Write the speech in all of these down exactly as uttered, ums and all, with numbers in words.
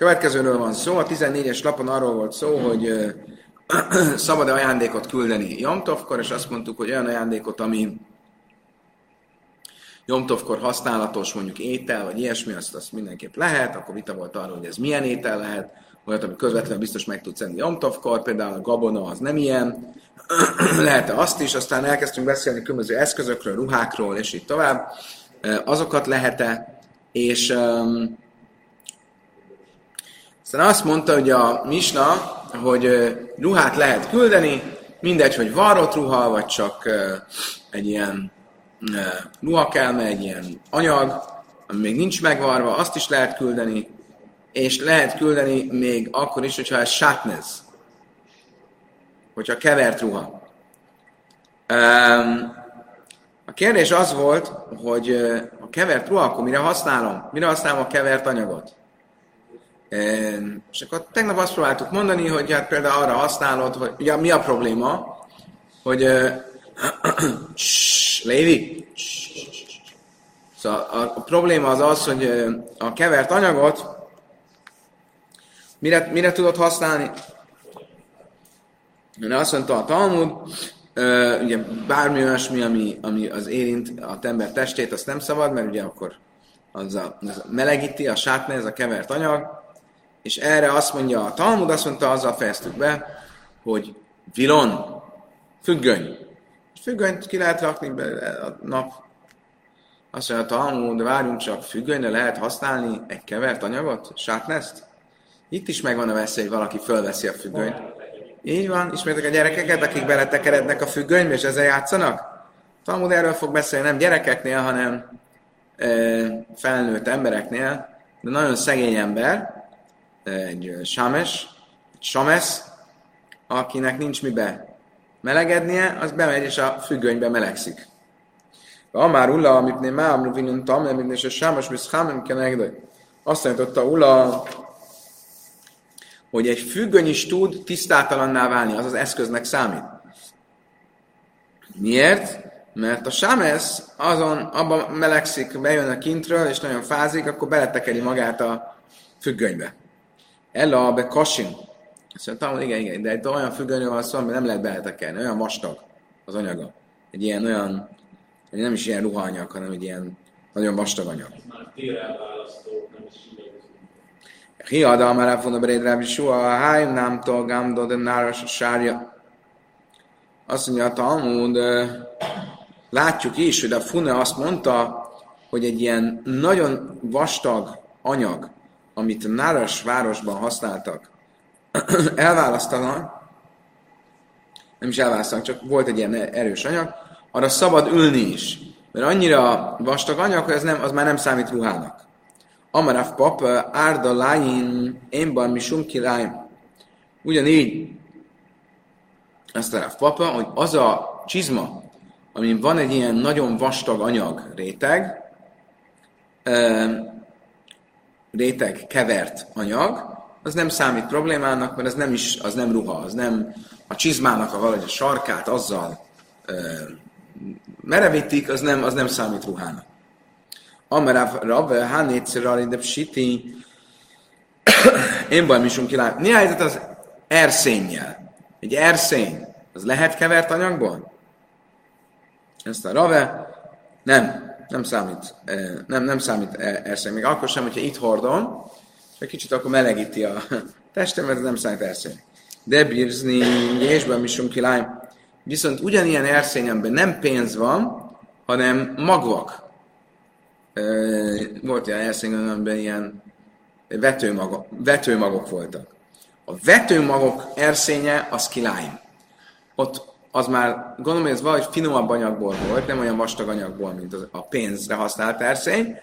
Következőről van szó, a tizennégyes lapon arról volt szó, hogy szabad-e ajándékot küldeni Jomtovkor, és azt mondtuk, hogy olyan ajándékot, ami Jomtovkor használatos, mondjuk étel, vagy ilyesmi, azt, azt mindenképp lehet, akkor vita volt arról, hogy ez milyen étel lehet, olyat, ami közvetlenül biztos meg tudsz enni Jomtovkor, például a gabona az nem ilyen, lehet-e azt is, aztán elkezdtünk beszélni különböző eszközökről, ruhákról, és így tovább, azokat lehet-e, és um, aztán azt mondta, hogy a Misna, hogy uh, ruhát lehet küldeni, mindegy, hogy varrott ruha, vagy csak uh, egy ilyen uh, ruhakelme, egy ilyen anyag, ami még nincs megvarva, azt is lehet küldeni, és lehet küldeni még akkor is, hogyha ez sátnez, hogyha kevert ruha. Um, a kérdés az volt, hogy uh, a kevert ruha, akkor mire használom? Mire használom a kevert anyagot? Um, és akkor tegnap azt próbáltuk mondani, hogy hát például arra használod, hogy ugye mi a probléma, hogy uh, Lévi, szóval a, a probléma az az, hogy uh, a kevert anyagot mire, mire tudod használni? Mert azt mondta a Talmud, uh, ugye bármi olyasmi, ami, ami az érint a ember testét, azt nem szabad, mert ugye akkor az a, az a melegíti, a sátne, ez a kevert anyag, és erre azt mondja a Talmud, azt mondta, azzal fejeztük be, hogy vilon, függöny. Függönyt ki lehet rakni be a nap. Azt mondja a Talmud, de várjunk csak, függönyre lehet használni egy kevert anyagot, sátnezt? Itt is megvan a veszély, hogy valaki fölveszi a függönyt. Így van, ismertek a gyerekeket, akik beletekerednek a függönybe, és ezzel játszanak? Talmud erről fog beszélni, nem gyerekeknél, hanem e, felnőtt embereknél, de nagyon szegény ember, egy sámes, egy samesz, akinek nincs mibe melegednie, az bemegy, és a függönybe melegszik. Amár Ulla, amit nem mám, vinuntam, nem és a sámes, misz hámem kenegdő. Azt mondta Ulla, hogy egy függöny is tud tisztátalanná válni, az az eszköznek számít. Miért? Mert a sámesz azon abban melegszik, bejön a kintről, és nagyon fázik, akkor beletekeri magát a függönybe. Ella be kasin. Azt mondtam, igen, igen, de egy olyan függönyről van szó, amit nem lehet beletekerni, olyan vastag az anyaga. Egy ilyen olyan, nem is ilyen ruhaanyag, hanem egy ilyen nagyon vastag anyag. Már tér elválasztó, nem is Hiada már elfogna beréd Rabbi Shua, a hájm námtól gámdó, de náras a sárja. Azt mondja a Talmud, látjuk is, hogy a Fune azt mondta, hogy egy ilyen nagyon vastag anyag, amit a Náras városban használtak, elválasztanak, nem is elválasztanak, csak volt egy ilyen erős anyag, arra szabad ülni is. Mert annyira vastag anyag, hogy ez nem, az már nem számít ruhának. Amarav papa, árda lájin, énban mi sumki lájin. Ugyanígy azt a papa, hogy az a csizma, amin van egy ilyen nagyon vastag anyag réteg, réteg kevert anyag, az nem számít problémának, mert ez nem is, az nem ruha, az nem a csizmának a valahogy a sarkát azzal ö, merevítik, az nem, az nem számít ruhának. Amarav Rav, Hanétszerali, de Psiti, én baj, misunk kilát. Mi a helyzet az erszénnyel? Egy erszény, az lehet kevert anyagból? Ezt a Rave, nem, nem számít, nem, nem számít erszény. Még akkor sem, hogyha itt hordom, és egy kicsit akkor melegíti a testem, mert ez nem számít erszény. De bírzni, és misunk kilát. Viszont ugyanilyen erszényemben nem pénz van, hanem magvak. Volt ilyen erszényben, amiben ilyen vetőmagok, vetőmagok voltak. A vetőmagok erszénye az kiláim. Ott az már, gondolom, hogy ez valahogy finomabb anyagból volt, nem olyan vastag anyagból, mint az, a pénzre használt erszény.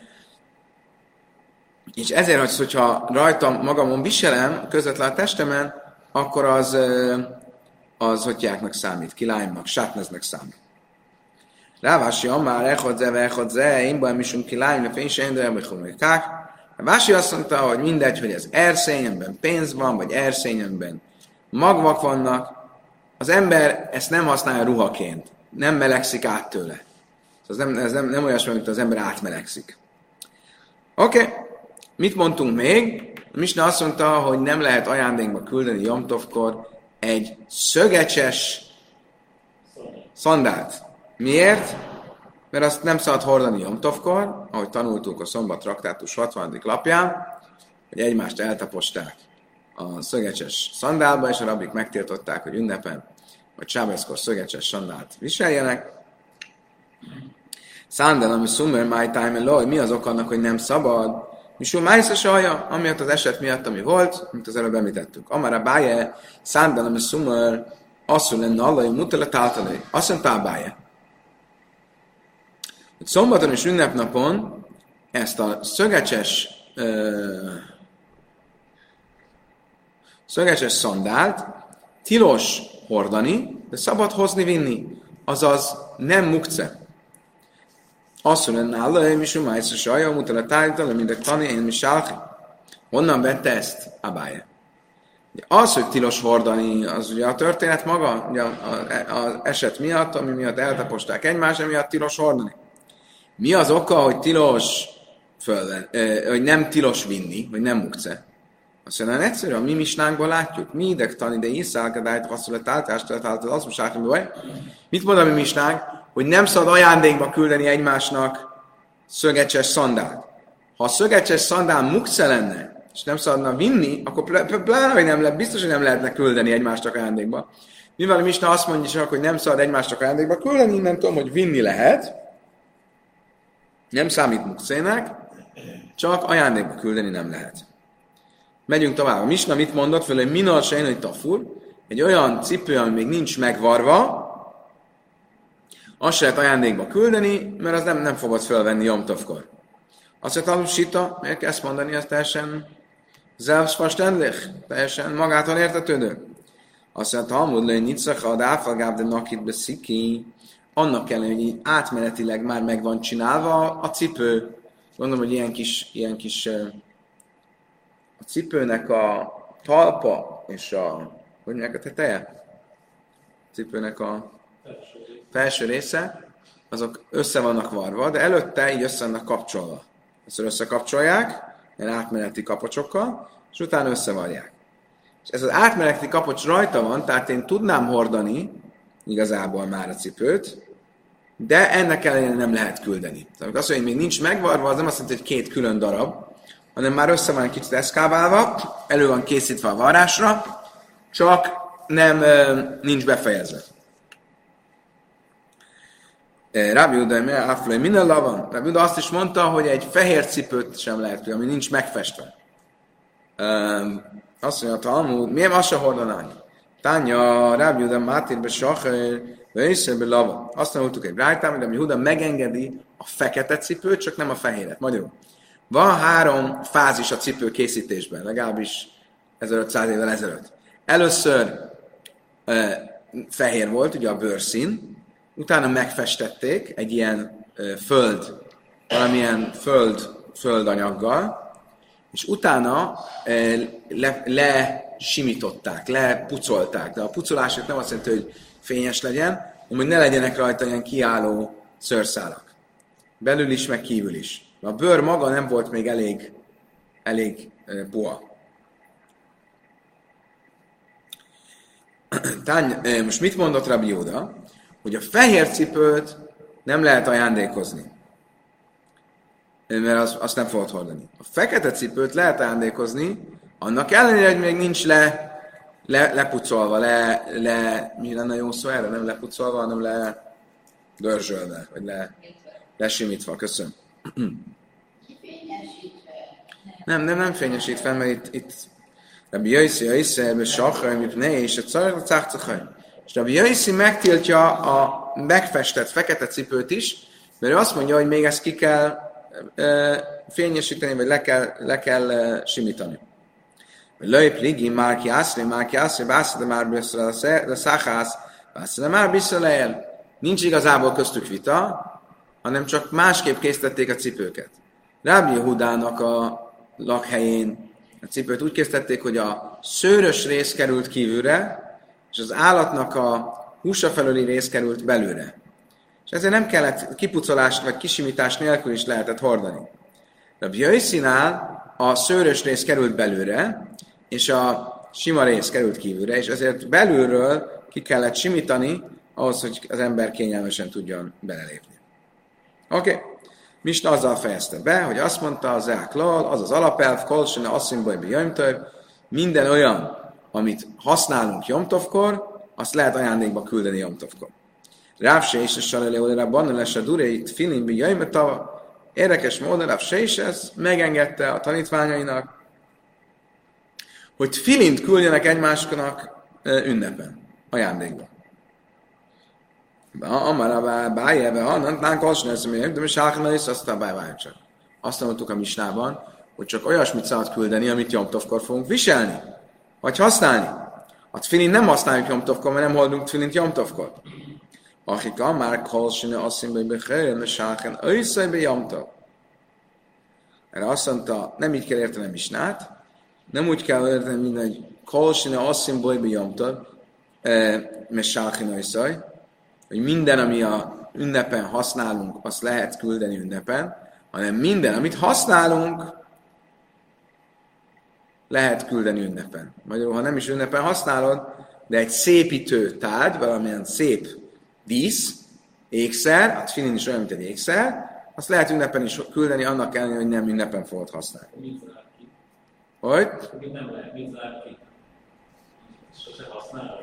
És ezért, hogyha rajtam magamon viselem, közvetlen a testemen, akkor az, az hotyáknak számít, kiláimnak, sátneznek számít. Rávási Amár, Echodze, Echodze, én baj, misunk kiláim, fény se indul, vagy homolykák. Vási azt mondta, hogy mindegy, hogy ez erszényemben pénz van, vagy erszényemben magvak vannak, az ember ezt nem használja ruhaként, nem melegszik át tőle. Ez nem, ez nem, nem olyasmi, mint az ember átmelegszik. Oké, okay. Mit mondtunk még? A Misna azt mondta, hogy nem lehet ajándékba küldeni Jomtovkor egy szögecses szandált. Miért? Mert azt nem szabad hordani Jomtovkor, ahogy tanultuk a Szombat Traktátus hatvadik lapján, hogy egymást eltaposták a szögecses szandálba, és a rabbik megtiltották, hogy ünnepen vagy sábeszkor szögecses sandált viseljenek. Szándel, ami summer my time and mi az ok annak, hogy nem szabad? Misú májsz a saja, amiatt az eset miatt, ami volt, mint az előbb említettük. Amara báje, szándel, ami summer, asszul lenne allai, mutele táltalai. Azt mondta báje. Szombaton és ünnepnapon ezt a szögecses uh, szögecses szandált tilos hordani, de szabad hozni, vinni. Azaz nem mukce. Azt mondja, nála, én is umájsz a saja, mutele tájtala, mindek tani, én is sálki. Honnan vette ezt? Abája. Az, hogy tilos hordani, az ugye a történet maga, ugye az eset miatt, ami miatt eltaposták egymás, miatt tilos hordani. Mi az oka, hogy tilos fölven, eh, hogy nem tilos vinni, hogy nem mukce? Azt mondja, egyszerű, a mi misnánkból látjuk, mi ideg tani, de iszálkadájt, haszonlat áltást, az most látni, vagy? Mit mond a mi misnánk? Hogy nem szabad ajándékba küldeni egymásnak szögecses szandált. Ha a szögecses szandál mukce lenne, és nem szabadna vinni, akkor pláne, hogy nem lehet, biztos, hogy nem lehetne küldeni egymásnak ajándékba. Mivel a misna azt mondja csak, hogy nem szabad egymásnak ajándékba küldeni, nem tudom, hogy vinni lehet, nem számít mukcének, csak ajándékba küldeni nem lehet. Megyünk tovább. A misna mit mondott fel, hogy minal sejn, hogy tafur, egy olyan cipő, ami még nincs megvarva, azt se lehet ajándékba küldeni, mert az nem, nem fogod fölvenni Jomtovkor. Azt mondta, hogy sita, miért kell ezt mondani, ez teljesen selbstverständlich, teljesen magától értetődő. Azt mondta, Talmud lőn nyitszaka, de áfalgább, de nakit besziki, annak kellene, hogy így átmenetileg már meg van csinálva a cipő. Gondolom, hogy ilyen kis, ilyen kis a cipőnek a talpa és a, hogy mondják, a teteje? A cipőnek a felső része, azok össze vannak varva, de előtte így össze vannak kapcsolva. Ezt összekapcsolják, ilyen átmeneti kapocsokkal, és utána összevarják. És ez az átmeneti kapocs rajta van, tehát én tudnám hordani igazából már a cipőt, de ennek ellenére nem lehet küldeni. Tehát azt mondja, hogy még nincs megvarva, az nem azt jelenti, hogy két külön darab, hanem már össze van egy kicsit eszkáválva, elő van készítve a varrásra, csak nem, nincs befejezve. Rabbi Uda, Aflai, minden lavan. Rabbi Uda azt is mondta, hogy egy fehér cipőt sem lehet küldeni, ami nincs megfestve. Azt mondja, Talmud, miért azt se hordanánk? Tánya, Rabbi Uda, Mátirbe, Sacher, Vöjszebe, lavan. Azt mondtuk egy brájtám, hogy Rabbi Uda megengedi a fekete cipőt, csak nem a fehéret. Magyarul. Van három fázis a cipő készítésben, legalábbis ezerötszáz évvel ezelőtt. Először e, fehér volt, ugye a bőrszín, utána megfestették egy ilyen e, föld, valamilyen föld, földanyaggal, és utána e, le, lesimították, lepucolták. De a pucolások nem azt jelenti, hogy fényes legyen, hanem hogy ne legyenek rajta ilyen kiálló szőrszálak. Belül is, meg kívül is. A bőr maga nem volt még elég, elég e, puha. Tány, e, most mit mondott Rabbi Uda? Hogy a fehér cipőt nem lehet ajándékozni. Mert az, azt nem fogod hordani. A fekete cipőt lehet ajándékozni, annak ellenére, hogy még nincs le, le, lepucolva, le, le, mi lenne jó szó erre? Nem lepucolva, hanem le dörzsölve, vagy le, lesimítva. Köszönöm. Nem, nem, nem fényesítve, mert itt, itt Rabbi Yossi, Yossi, Rabbi Shachar, Mipnei, és a Czarek, a Cácachaj. És Rabbi Yossi megtiltja a megfestett fekete cipőt is, mert ő azt mondja, hogy még ezt ki kell e, fényesíteni, vagy le kell, le kell e, simítani. Löjp ligi, márki ászli, márki ászli, bászli, már beszél, de száhász, bászli, már beszél. Nincs igazából köztük vita, hanem csak másképp készítették a cipőket. Rabbi Yehudának a lakhelyén a cipőt úgy készítették, hogy a szőrös rész került kívülre, és az állatnak a húsa felüli rész került belőle. És ezért nem kellett kipucolás vagy kisimítás nélkül is lehetett hordani. Rabbi Yossinál a szőrös rész került belőle, és a sima rész került kívülre, és ezért belülről ki kellett simítani, ahhoz, hogy az ember kényelmesen tudjon belelépni. Oké. Okay. Misna azzal fejezte be, hogy azt mondta az Eaklal, az az alapelv, kolsene asszimbolybi jöjmtöv, minden olyan, amit használunk jomtovkor, azt lehet ajándékba küldeni jomtovkor. Ráv Seises Saleleolera Banneles a Dureit Filimbi jöjmötava. Érdekes módon Ráv Seises megengedte a tanítványainak, hogy filint küldjenek egymásnak ünnepen, ajándékba. Amara bájjebe, hannantnán kalsneszmények, de mi sákna is, aztán bájvájunk csak. Azt mondtuk a misnában, hogy csak olyasmit szabad küldeni, amit jomtovkor fogunk viselni, vagy használni. A tfilin nem használjuk jomtovkor, mert nem hordunk tfilint jomtovkor. Akika már kalsne asszimbe behelyen, de sáken őszejbe jomtov. Erre azt mondta, nem így kell érteni a misnát, nem úgy kell érteni, mint egy kalsne asszimbe jomtov, mert sáken őszej, hogy minden, ami a ünnepen használunk, azt lehet küldeni ünnepen, hanem minden, amit használunk, lehet küldeni ünnepen. Magyarul, ha nem is ünnepen használod, de egy szépítő tárgy, valamilyen szép dísz, ékszer, a tfilin is olyan, mint egy ékszer, azt lehet ünnepen is küldeni, annak ellenére, hogy nem ünnepen fogod használni. Mit zár ki? Hogy? Mit nem lehet, mit zár ki? Sose használod?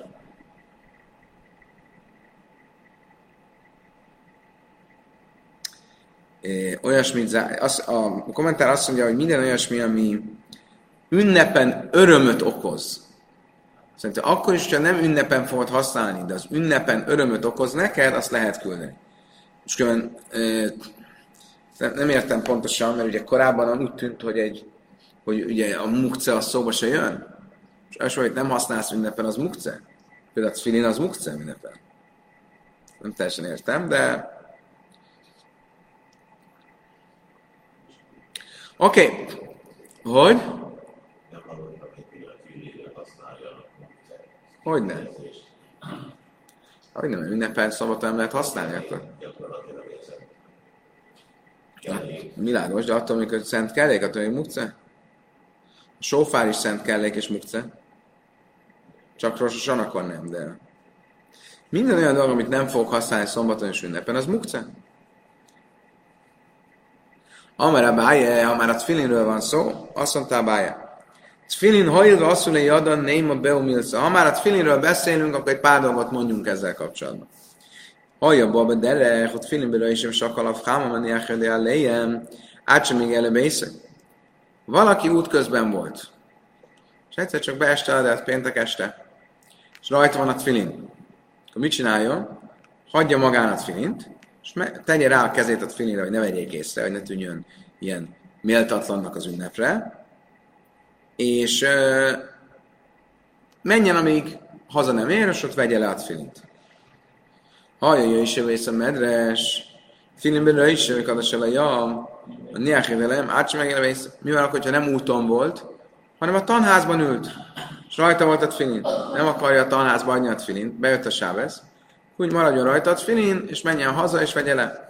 Olyasmit, az, a kommentár azt mondja, hogy minden olyasmi, ami ünnepen örömöt okoz. Szerintem akkor is, ha nem ünnepen fogod használni, de az ünnepen örömöt okoz neked, azt lehet küldeni. És külön nem értem pontosan, mert ugye korábban úgy tűnt, hogy, egy, hogy ugye a mukce az szóba se jön. És az, hogy nem használsz ünnepen, az mukce. Például a tfilin az mukce ünnepen. Nem teljesen értem, de oké. Okay. Hogy? Hogyne? Hogyne, mert ünnepen szabadon nem lehet használni akkor. Világos, de attól, amikor szent kellék, attól még mukce? A sófár is szent kellék és mukce. Csak rososan akkor nem, de... Minden olyan dolog, amit nem fogok használni szombaton és ünnepen, az mukce. Amara báje, ha már a tfilinről van szó, azt mondta báje. Tfilin hajlva asszulé jadan néma beumilsza. Ha már a tfilinről beszélünk, akkor egy pár dolgot mondjunk ezzel kapcsolatban. Hajja baba derech, hogy tfilinből is sem sakalav háma menni elherdé elején, át sem még előbb észre. Valaki útközben volt. És egyszer csak beeste a hát péntek este. És rajta van a tfilin. Akkor mit csináljon? Hagyja magán a tfilint, és tegye rá a kezét a tfilinre, hogy ne vegyék észre, hogy ne tűnjön ilyen méltatlannak az ünnepre. És uh, menjen, amíg haza nem ér, és ott vegye le a tfilint. Hajja, is jövész a medres, tfilinből is jövök adas el a jam, a niáhévelem, át sem megjelvész, mivel akkor, hogyha nem úton volt, hanem a tanházban ült, és rajta volt a tfilin. Nem akarja a tanházba adni a tfilint, bejött a sábesz, úgy maradjon rajta a tfilin, és menjen haza, és vegye le.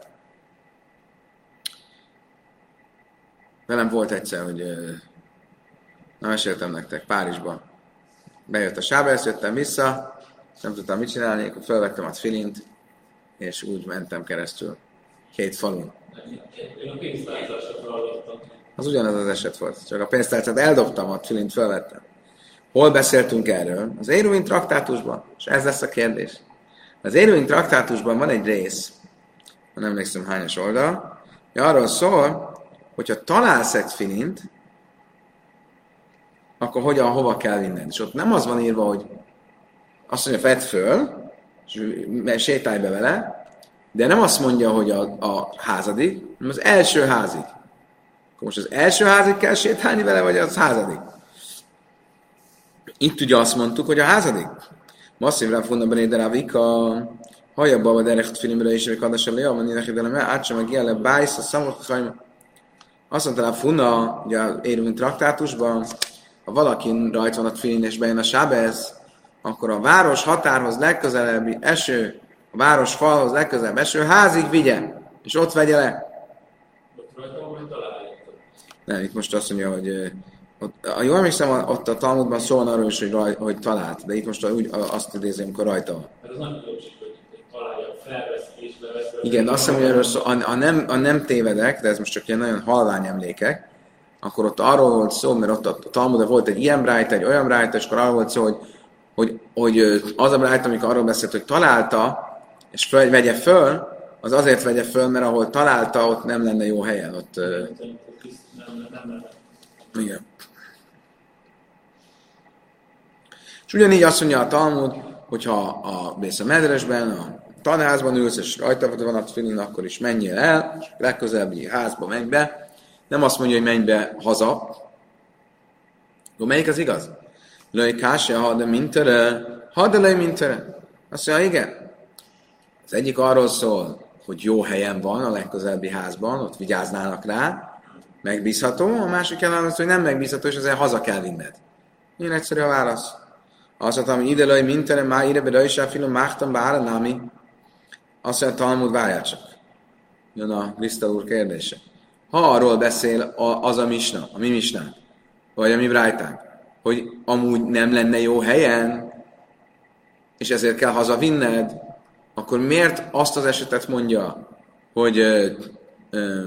Velem volt egyszer, hogy uh, nem meséltem nektek, Párizsba. Bejött a sábesz, jöttem vissza, nem tudtam mit csinálni, akkor felvettem a tfilint, és úgy mentem keresztül két falun. Én a pénztárcásra hallottam. Az ugyanaz az eset volt, csak a pénztárcát eldobtam, a tfilint felvettem. Hol beszéltünk erről? Az Éruvin traktátusban, és ez lesz a kérdés. Az Éruvin traktátusban van egy rész, nem emlékszem hányas oldal, hogy arról szól, hogyha találsz egy tfilint, akkor hogyan, hova kell vinned. És ott nem az van írva, hogy azt mondja, vedd föl, és sétálj be vele, de nem azt mondja, hogy a, a házadik, hanem az első házig. Akkor most az első házig kell sétálni vele, vagy az házadik? Itt ugye azt mondtuk, hogy a házadik. Masszívra fognak benne ide Vika, hajja baba derekt filmre is, hogy kadasa le, van ide hidelem el, át sem meg jele, bájsz, a számok hajma. Azt mondta rá Funa, ugye az Éruvin traktátusban, ha valakin rajta van a tfilin és bejön a sábez, akkor a város határhoz legközelebbi eső, a város falhoz legközelebb eső házig vigye, és ott vegye le. Ott rajta van, hogy találjátok. Nem, itt most azt mondja, hogy ö, ott, a, jól emlékszem, ott a Talmudban szól arról is, hogy, raj, hogy talált, de itt most úgy azt idézem, amikor rajta van. Hát az nagy különbség, hogy találja, felvesz és levesz. Igen, azt hiszem, hogy erről szó, a, a, nem, a nem tévedek, de ez most csak ilyen nagyon halvány emlékek, akkor ott arról volt szó, mert ott a Talmudban volt egy ilyen brájta, egy olyan brájta, és akkor arról volt szó, hogy, hogy, hogy az a brájta, amikor arról beszélt, hogy találta, és föl, vegye föl, az azért vegye föl, mert ahol találta, ott nem lenne jó helyen. Ott, Nem, nem lehet. igen. És ugyanígy azt mondja a Talmud, hogyha a Bész a Medresben, a tanházban ülsz, és rajta van a tfilin, akkor is menjél el, és legközelebbi házba menj be. Nem azt mondja, hogy menj be haza. Akkor melyik az igaz? Löj kásia, ha de mintere, ha de löj mintere. Azt mondja, igen. Az egyik arról szól, hogy jó helyen van a legközelebbi házban, ott vigyáznának rá, megbízható, a másik ellen az, hogy nem megbízható, és ezért haza kell vinned. Milyen egyszerű a válasz? Azt mondtam, hogy ide löj mintere, má ide be löj sáfilom, máhtam bára námi. Azt mondja, Talmud, várjál csak. Jön a Krisztál úr kérdése. Ha arról beszél az a misna, a mi misnánk, vagy a mi brájtánk, hogy amúgy nem lenne jó helyen, és ezért kell hazavinned, akkor miért azt az esetet mondja, hogy ö, ö,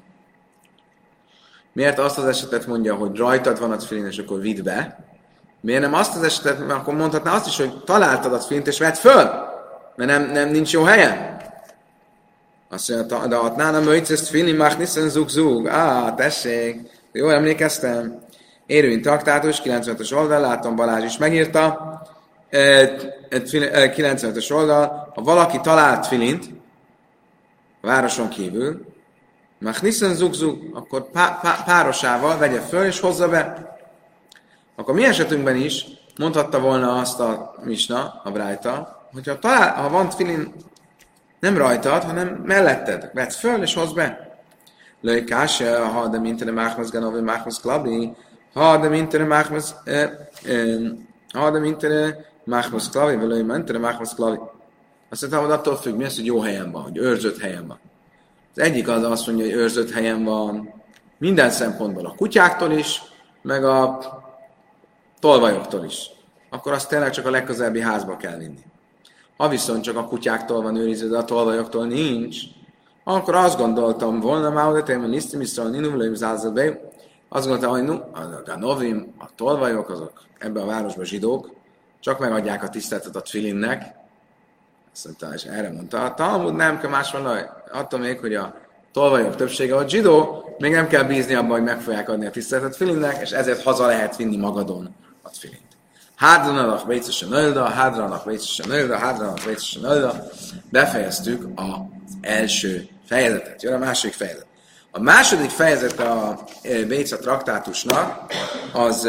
miért azt az esetet mondja, hogy rajtad van a tfilin, és akkor vidd be? Miért nem azt az esetet, mert akkor mondhatná azt is, hogy találtad a tfilint, és vedd föl, mert nem, nem nincs jó helyen. Azt mondja, de ott nálam möjtsz tfilin, mach niszen zug zug. Á, tessék, jól emlékeztem. Érvény traktátus, kilencvenötös oldal, látom Balázs is megírta. kilencvenötös oldal, ha valaki talált tfilint a városon kívül, mach niszen zug zug, akkor pá- pá- párosával vegye föl és hozza be. Akkor mi esetünkben is mondhatta volna azt a misna, a brájta, hogyha talál, ha van tfilin nem rajtad, hanem melletted. Vedd föl és hozz be. Löj kása, ha de mintere máchmaz ganovi máchmaz klabi, ha de mintere máchmaz ha de mintere máchmaz klabi, vagy löj mintere máchmaz klabi. Azt mondtam, hogy attól függ, mi az, hogy jó helyen van, hogy őrzött helyen van. Az egyik az azt mondja, hogy őrzött helyen van minden szempontból, a kutyáktól is, meg a tolvajoktól is. Akkor azt tényleg csak a legközelebbi házba kell vinni. Ha viszont csak a kutyáktól van őrizve, de a tolvajoktól nincs, akkor azt gondoltam volna, már hogy tényleg nisztim iszral, ninum lőim zázadbe, azt gondoltam, hogy nu, a novim, a tolvajok, azok ebben a városban zsidók, csak megadják a tiszteletet a tfilinnek. Azt mondta, és erre mondta, a Talmud nem kell más van, attól még, hogy a tolvajok többsége a zsidó, még nem kell bízni abban, hogy meg fogják adni a tiszteletet a tfilinnek, és ezért haza lehet vinni magadon a tfilint. Hádranak vécesen nölda, hádranak vécesen nölda, hádranak vécesen nölda. Befejeztük az első fejezetet. Jön a második fejezet. A második fejezet a Béca traktátusnak az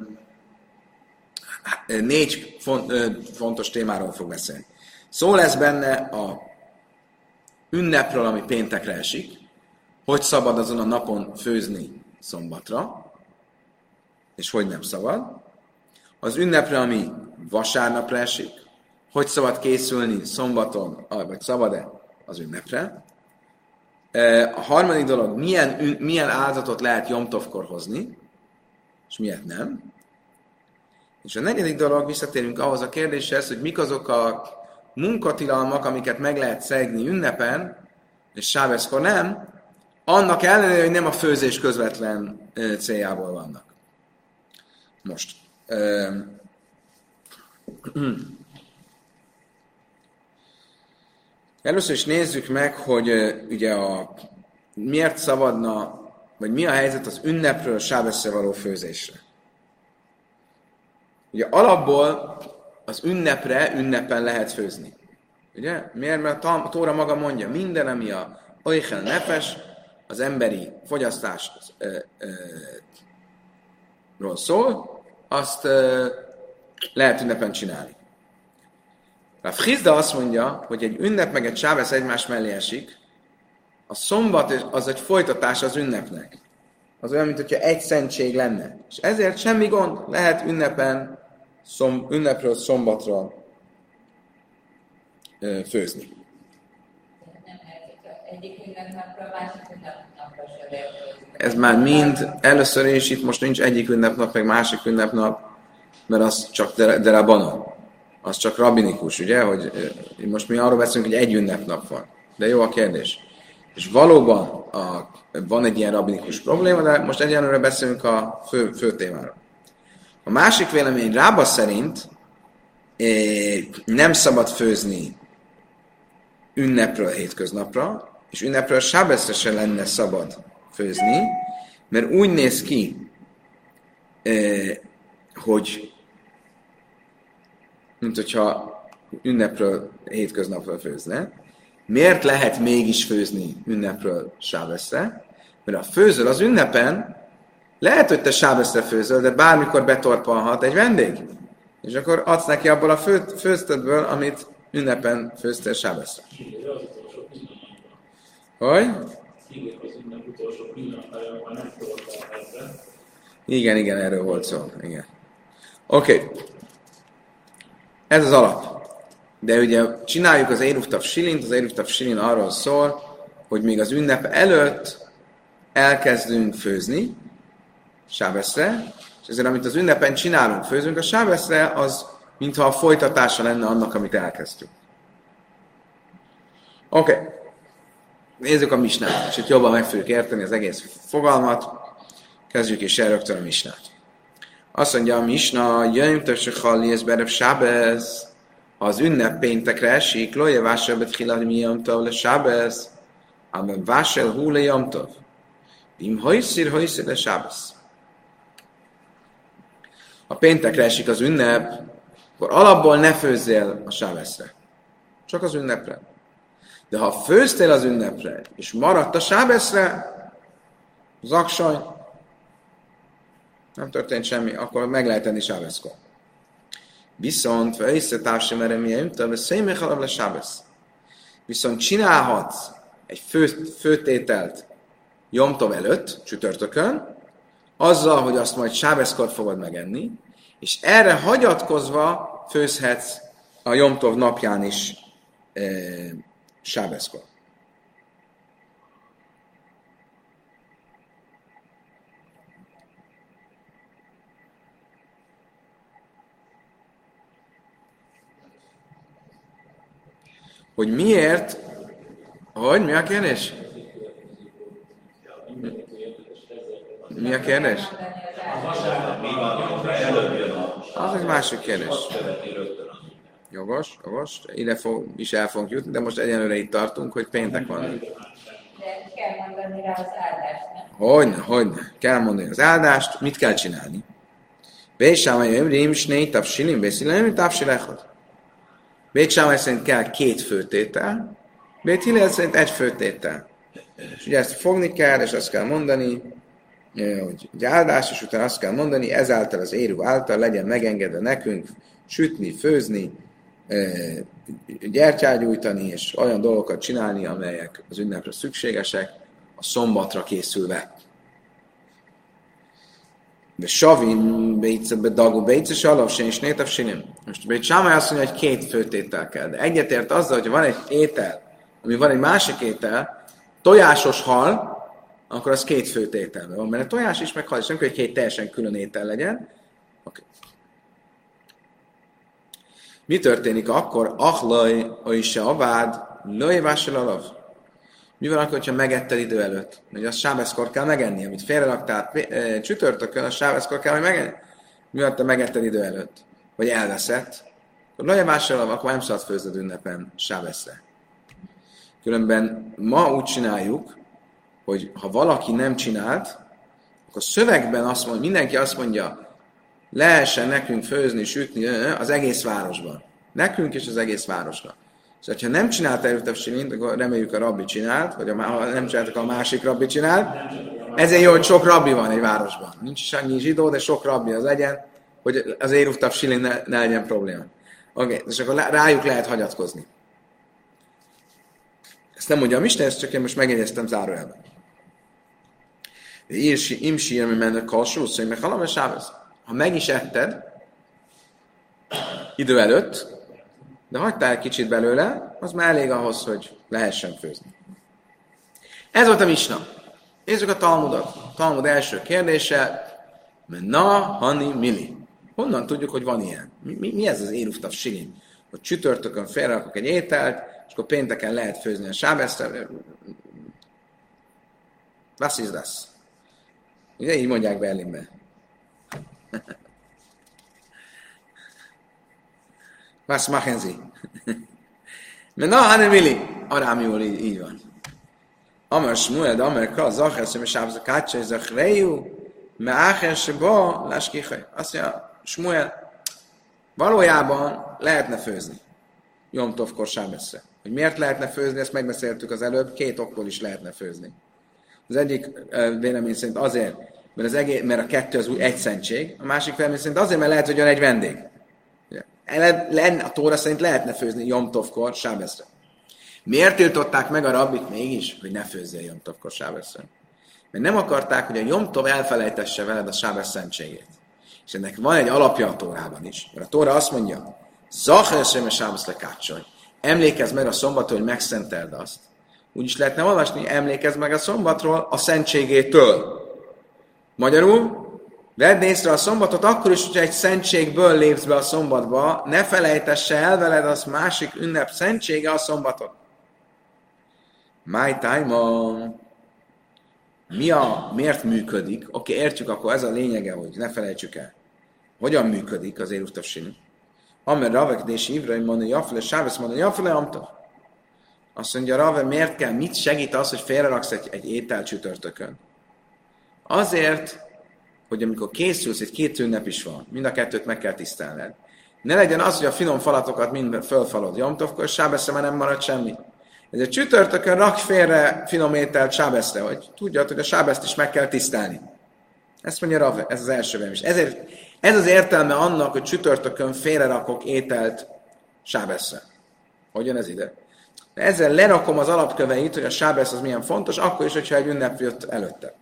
négy fontos témáról fog beszélni. Szó lesz benne a ünnepről, ami péntekre esik, hogy szabad azon a napon főzni szombatra, és hogy nem szabad. Az ünnepre, ami vasárnapra esik, hogy szabad készülni szombaton, vagy szabad-e az ünnepre. A harmadik dolog, milyen, milyen áldozatot lehet Jomtovkor hozni, és miért nem. És a negyedik dolog, visszatérünk ahhoz a kérdéshez, hogy mik azok a munkatilalmak, amiket meg lehet szegni ünnepen, és sábeszkor nem, annak ellenére, hogy nem a főzés közvetlen céljából vannak. Most. Először is nézzük meg, hogy ugye a, miért szabadna, vagy mi a helyzet az ünnepről sábeszre való főzésre. Ugye alapból az ünnepre ünnepen lehet főzni. Ugye? Miért? Mert a Tóra maga mondja, minden, ami a oichel nefes, az emberi fogyasztásról szól, azt uh, lehet ünnepen csinálni. A Frizda azt mondja, hogy egy ünnep meg egy sábesz egymás mellé esik, a szombat az egy folytatás az ünnepnek. Az olyan, mintha egy szentség lenne. És ezért semmi gond, lehet ünnepen, szom, ünnepről szombatra uh, főzni. Nem lehet, hogyha Egyik ünnepnapra, másik ünnepnapra se lehet. Ez már mind, először is itt most nincs egyik ünnepnap, meg másik ünnepnap, mert az csak de rabbanon. Az csak rabbinikus, ugye, hogy most mi arról beszélünk, hogy egy ünnepnap van. De jó a kérdés. És valóban a, van egy ilyen rabbinikus probléma, de most egyenlőre beszélünk a fő, fő témáról. A másik vélemény Rába szerint eh, nem szabad főzni ünnepről hétköznapra, és ünnepről sábeszre se lenne szabad főzni, mert úgy néz ki, eh, hogy mint hogyha ünnepről hétköznapról főzne. Miért lehet mégis főzni ünnepről sábeszre? Mert ha főzöl az ünnepen, lehet, hogy te sábeszre főzöl, de bármikor betorpalhat egy vendég. És akkor adsz neki abból a fő, főztödből, amit ünnepen főztél sábeszre. Hogy? Igen, igen, erről volt szó. Igen. Oké. Okay. Ez az alap. De ugye csináljuk az Éruftav Silint, az Éruftav Silin arról szól, hogy még az ünnep előtt elkezdünk főzni sábeszre, és ezért amit az ünnepen csinálunk, főzünk a sábeszre, az mintha a folytatása lenne annak, amit elkezdtük. Oké. Okay. Nézzük a misnát, és itt jobban meg fogjuk érteni az egész fogalmat. Kezdjük is el rögtön a misnát. Azt mondja a misna, jöjjön többség halli, ez berev sábez, az ünnep péntekre esik, loja vásárbe tchilad mi jamtov le sábez, ám vásár hú le jamtov. Im hajszír, hajszír le sábez. A péntekre esik az ünnep, akkor alapból ne főzzél a sábezre. Csak az ünnepre. De ha főztél az ünnepre, és maradt a sábezre, zaksaj, nem történt semmi, akkor meg lehet tenni sábeszkor. Viszont, ha összetársa merem ilyen, de szémechalav le sábesz. Viszont csinálhatsz egy fő, főtételt Jomtov előtt, csütörtökön, azzal, hogy azt majd sábeszkor fogod megenni, és erre hagyatkozva főzhetsz a Jomtov napján is e, sábeszkor. Hogy miért, hogy, mi a kérdés? Mi a kérdés? Az egy másik kérdés. Jogos, jogos, ide fog, is el fogunk jutni, de most egyenlőre itt tartunk, hogy péntek van. De kell mondani rá az áldást, nem? Hogyne, hogyne. Kell mondani az áldást, mit kell csinálni? Bésámai ömrim, snéj tapsilim, bészilem, tapsilechot. Bét Sámai szerint kell két főtétel, Bét Hillel szerint egy főtétel. És ugye ezt fogni kell, és azt kell mondani, hogy egy áldás, és utána azt kell mondani, ezáltal az érú által legyen megengedve nekünk sütni, főzni, gyertyát gyújtani, és olyan dolgokat csinálni, amelyek az ünnepre szükségesek, a szombatra készülve. De Savin, Béce, Dagú, Béce, Salavsen és Nétav Sinim. Most Bét Sámai azt mondja, hogy két főtétel kell. De egyetért azzal, hogy van egy étel, ami van egy másik étel, tojásos hal, akkor az két főtételben van. Mert a tojás is, meg hal is, nem kell, hogy két teljesen külön étel legyen. Okay. Mi történik akkor? Achlaj, oly se avád, lőjvásol alav. Mi van akkor, ha megetted idő előtt? Ugye azt sábeszkor kell megenni, amit félreraktál csütörtökön, a sábeszkor kell, hogy megenni. Mi van, te megetted idő előtt? Vagy elveszett? Akkor lajavásol, akkor nem szabad főznöd ünnepen sábeszre. Különben ma úgy csináljuk, hogy ha valaki nem csinált, akkor szövegben azt mondja, mindenki azt mondja, lehessen nekünk főzni, sütni az egész városban. Nekünk és az egész városnak. És ha nem csinált Éruftav Silint, akkor reméljük a rabbi csinált, vagy ha nem csináltak, a másik rabbi csinált. Ezért jó, hogy sok rabbi van egy városban. Nincs is annyi zsidó, de sok rabbi az legyen, hogy az Éruftav Silin ne, ne legyen probléma. Oké, okay, és akkor rájuk lehet hagyatkozni. Ezt nem mondja a Misna, ezt csak én most megjegyeztem zárójelben. Írsi, imsi, ami mennek kalsú, szóval meg halom, és ha meg is etted idő előtt, de hagytál egy kicsit belőle, az már elég ahhoz, hogy lehessen főzni. Ez volt a misna. Nézzük a Talmudot. A Talmud első kérdése. Na, hani, mili. Honnan tudjuk, hogy van ilyen? Mi, mi, mi ez az éruftav silin? Hogy csütörtökön felrakok egy ételt, és akkor pénteken lehet főzni a sábeszre. Was ist das? Ugye így mondják Berlinben. Was machen Sie? Na, hani, mili. Arám jól így, így van. Amar Shmuel, de Amar Kral, Zachar, Szöme Sábza Kácsa, Zachreju, me Ácher Seba, Láskichaj. Azt mondja, Shmuel, valójában lehetne főzni. Jom Tovkor Sábeszre. Hogy miért lehetne főzni, ezt megbeszéltük az előbb, két okból is lehetne főzni. Az egyik vélemény szerint azért, mert, az egész, mert a kettő az úgy egy szentség, a másik vélemény szerint azért, mert lehet, hogy jön egy vendég. A Tóra szerint lehetne főzni Jom Tovkor Sábeszre. Miért tiltották meg a rabbik mégis, hogy ne főzzél Jom Tovkor Sábeszre? Mert nem akarták, hogy a Jom Tov elfelejtesse veled a Sábesz szentségét. És ennek van egy alapja a Tórában is. Mert a Tóra azt mondja, Zachar Szöme Sábesz lekácsolj. Emlékezz meg a szombatról, hogy megszenteld azt. Úgy is lehetne olvasni, emlékezz meg a szombatról a szentségétől. Magyarul, vedd észre a szombatot akkor is, hogyha egy szentségből lépsz be a szombatba, ne felejtesse el veled az másik ünnep szentsége a szombatot. My time mi a, miért működik? Oké, okay, értjük, akkor ez a lényege, hogy ne felejtsük el. Hogyan működik az éruftav silin? Amer Ravek Dési Ivraim mondja, Jafele, Sábesz mondja, Jafele, Amtav. Azt mondja, Rave, miért kell, mit segít az, hogy félreraksz egy, egy étel csütörtökön? Azért, hogy amikor készülsz, egy két ünnep is van, mind a kettőt meg kell tisztelned. Ne legyen az, hogy a finom falatokat mind fölfalod Jomtovkor, és Sábeszre már nem marad semmi. Ezért csütörtökön rak félre finom ételt Sábeszre, hogy tudjad, hogy a Sábeszt is meg kell tisztelni. Ezt mondja Rave, ez az első vélemény. Ezért ez az értelme annak, hogy csütörtökön félrerakok ételt Sábeszre. Hogyan ez ide? De ezzel lerakom az alapköveit, hogy a Sábesz az milyen fontos, akkor is, hogyha egy ünnep jött előtte.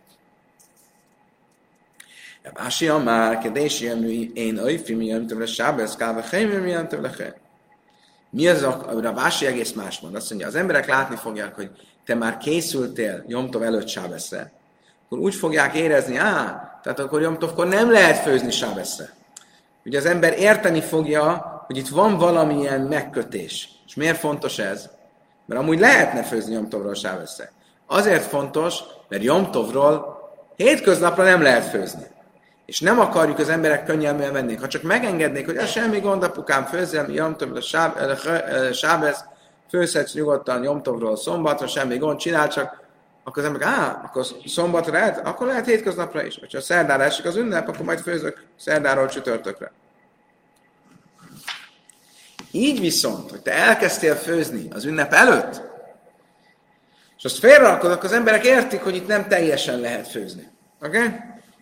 Mási a már, kedési emlői, én öjfi, mi jöntem le Sábesz, káve helymi, mi jöntem le hely. Mi az a, a Vási egész más mond? Azt mondja, az emberek látni fogják, hogy te már készültél Jomtov előtt Sábeszre, akkor úgy fogják érezni, á, tehát akkor Jomtovkor nem lehet főzni Sábeszre. Ugye az ember érteni fogja, hogy itt van valamilyen megkötés. És miért fontos ez? Mert amúgy lehetne főzni Jomtovról Sábeszre. Azért fontos, mert Jomtovról hétköznapra nem lehet főzni. És nem akarjuk az emberek könnyelműen venni. Ha csak megengednék, hogy ez semmi gond, apukám, főzzem Jomtovról Sábesz, főzhetsz nyugodtan Jomtovról szombatra, semmi gond, csinál csak, akkor az emberek, á, akkor szombatra lehet, akkor lehet hétköznapra is. Vagy ha szerdára esik az ünnep, akkor majd főzök szerdáról csütörtökre. Így viszont, hogy te elkezdtél főzni az ünnep előtt, és azt félrerakod, akkor az emberek értik, hogy itt nem teljesen lehet főzni. Oké? Okay?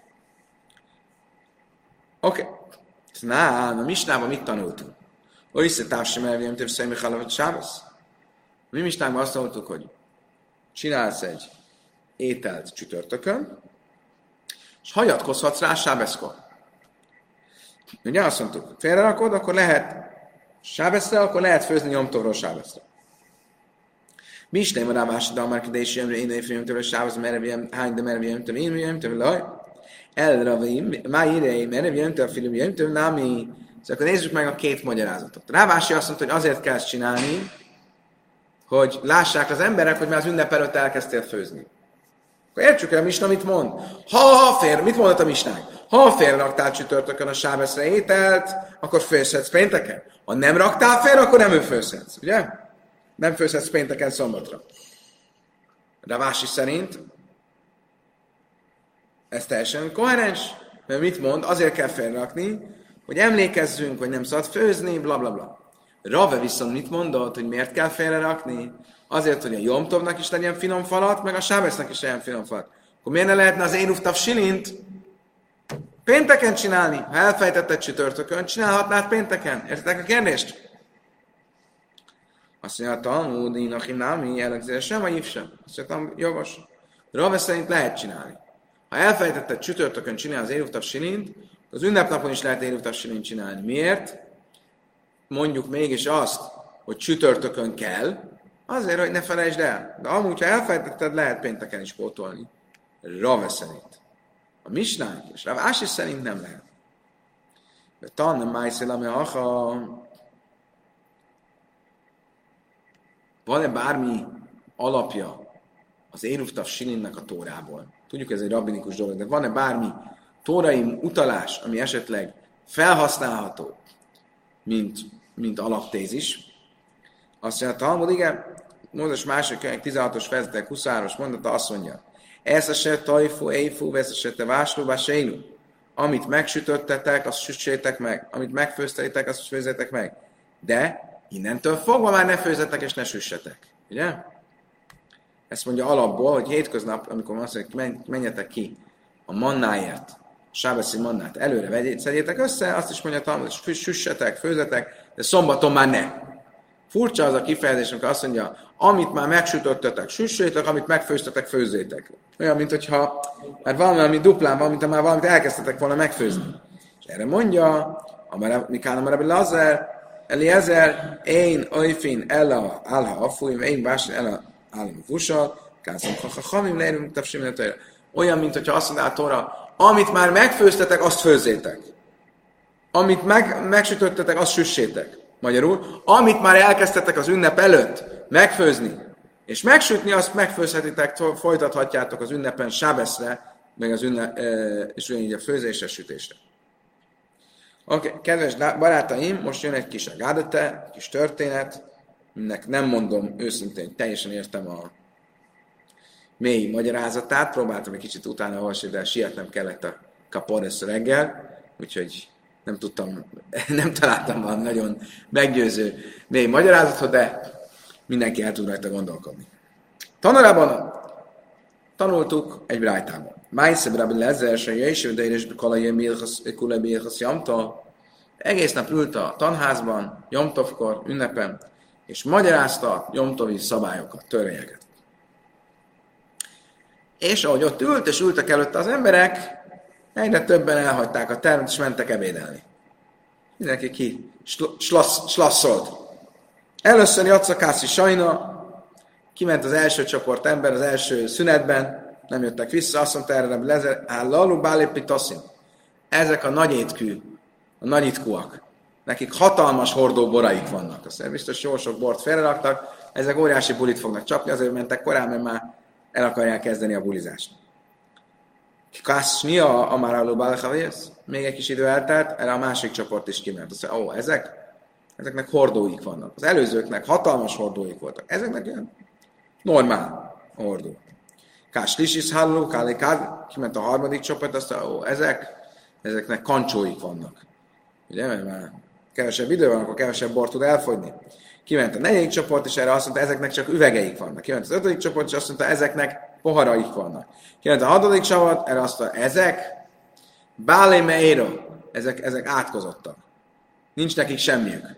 Oké. Okay. Na, a misnában mit tanultunk? Összetársi melvém több személy halavat Sábesz. Mi misnában azt tanultuk, hogy csinálsz egy ételt csütörtökön, és hagyatkozhatsz rá Sábeszkor. Ugye azt mondtuk, félrerakod, akkor lehet Sábeszre, akkor lehet főzni Jomtovról Sábeszre. Mi is nem rá másod, a márkedési emre, én éjfél Jomtovról Sábesz, merevjem, hány, de merevjem Jomtov, én Jomtov, laj. Elravim, már írei, merevjem Jomtov, filim Jomtov, námi. Szóval akkor nézzük meg a két magyarázatot. Rávási azt mondta, hogy azért kell ezt csinálni, hogy lássák az emberek, hogy már az ünnep előtt elkezdtél főzni. Akkor értsük el, a misna mit mond. Ha, ha fér, mit mondott a misnánk? Ha félraktál csütörtökön a Sábeszre ételt, akkor főzhetsz pénteken. Ha nem raktál fél, akkor nem ő főzhetsz, ugye? Nem főzhetsz pénteken szombatra. De Vási szerint ez teljesen koherens, mert mit mond? Azért kell félrakni, hogy emlékezzünk, hogy nem szabad főzni, bla bla bla. Rave viszont mit mondott, hogy miért kell félrerakni? Azért, hogy a Jomtovnak is legyen finom falat, meg a Sábesznek is legyen finom falat. Akkor miért ne lehetne az éruftav silint pénteken csinálni? Ha elfejtetted csütörtökön, csinálhatnád pénteken. Értitek a kérdést? Azt mondja, a Talmud, Inachim, Námi, jellegzére sem, vagy sem. Azt mondja, jogos. Rave szerint lehet csinálni. Ha elfejtetted csütörtökön csinálni az éruftav silint, az ünnepnapon is lehet éruftav silint csinálni. Miért? Mondjuk mégis azt, hogy csütörtökön kell, Azért, hogy ne felejtsd el. De amúgy, ha elfelejtetted, lehet pénteken is pótolni. Rave szerint. A Misnánk és Rav Ási szerint nem lehet. De tan nem májszél, ami ha van-e bármi alapja az Éruftav Silinnek a Tórából? Tudjuk, ez egy rabbinikus dolog, de van-e bármi tórai utalás, ami esetleg felhasználható, mint, mint alaptézis? Azt mondja, a Talmud, igen, Mózes második könyv tizenhatos fejezetek huszonhárom mondata azt mondja, ez se tajfú, éjfú, ez se te váslóba sejnú. Amit megsütöttetek, azt süssétek meg. Amit megfőztetek, azt főzzetek meg. De innentől fogva már ne főzzetek és ne süssetek. Ugye? Ezt mondja alapból, hogy hétköznap, amikor azt mondja, menjetek ki a mannáért, a sábeszi mannát előre vegyét, szedjétek össze, azt is mondja, hogy süssetek, főzzetek, de szombaton már ne. Furcsa az a kifejezés, amikor azt mondja, amit már megsütöttetek, süssétek, amit megfőztetek, főzzétek. Olyan, mint hogyha már valami duplán van, mint ha már valamit elkezdtetek volna megfőzni. És erre mondja, Mikán Amarabi Lazar, Eliezer, én, Oifin, Ella, Álha, Afúim, én, Básin, Ella, Állam, Fussal, Kászom, Hamim, Leirünk, Tapsim, olyan, mint hogyha azt mondja a Tóra, amit már megfőztetek, azt főzzétek. Amit meg, megsütöttetek, azt süssétek. Magyarul, amit már elkezdtetek az ünnep előtt megfőzni, és megsütni, azt megfőzhetitek, folytathatjátok az ünnepen sábeszre, meg az ünnep, és ugyanígy a főzésre, sütésre. Oké, okay. Kedves barátaim, most jön egy kis agádete, kis történet, aminek nem mondom őszintén, hogy teljesen értem a mély magyarázatát, próbáltam egy kicsit utána olvasni, de sietnem kellett a kaporesz reggel, úgyhogy nem tudtam, nem találtam valami nagyon meggyőző mély magyarázatot, de mindenki el tud rajta gondolkodni. Tanulában tanultuk egy brájtában. Májszeb Rabbi Lezer, se jöjjön, de éres kalajé kule bírhasz jamta. Egész nap ült a tanházban, Jomtovkor, ünnepen, és magyarázta a jomtovi szabályokat, törvényeket. És ahogy ott ült, és ültek előtte az emberek, egyre többen elhagyták a termet, és mentek ebédelni. Mindenki ki slassz, slasszolt. Először Jacakászi Sajna, kiment az első csoport ember az első szünetben, nem jöttek vissza, azt mondta erre, Lezer, állalu bálépi taszin. Ezek a nagyétkű, a nagyitkúak. Nekik hatalmas hordó boraik vannak. Aztán biztos jó sok bort félreraktak, ezek óriási bulit fognak csapni, azért mentek korán, mert már el akarják kezdeni a bulizást. Kász mi a Amaráló Bálekhavész? Még egy kis idő eltelt, erre a másik csoport is kiment. Azt mondja, ó, ezek? Ezeknek hordóik vannak. Az előzőknek hatalmas hordóik voltak. Ezeknek ilyen normál hordó. Kás Lisis Halló, Kálikád, kiment a harmadik csoport, azt mondja, ó, ezek? Ezeknek kancsóik vannak. Ugye, mert már kevesebb idő van, akkor kevesebb bort tud elfogyni. Kiment a negyedik csoport, és erre azt mondta, ezeknek csak üvegeik vannak. Kiment az ötödik csoport, és azt mondta, ezeknek poharaik vannak. Kiment a hatodik csoport, erre azt mondta, ezek Bálé Meiro, ezek, ezek átkozottak. Nincs nekik semmiük.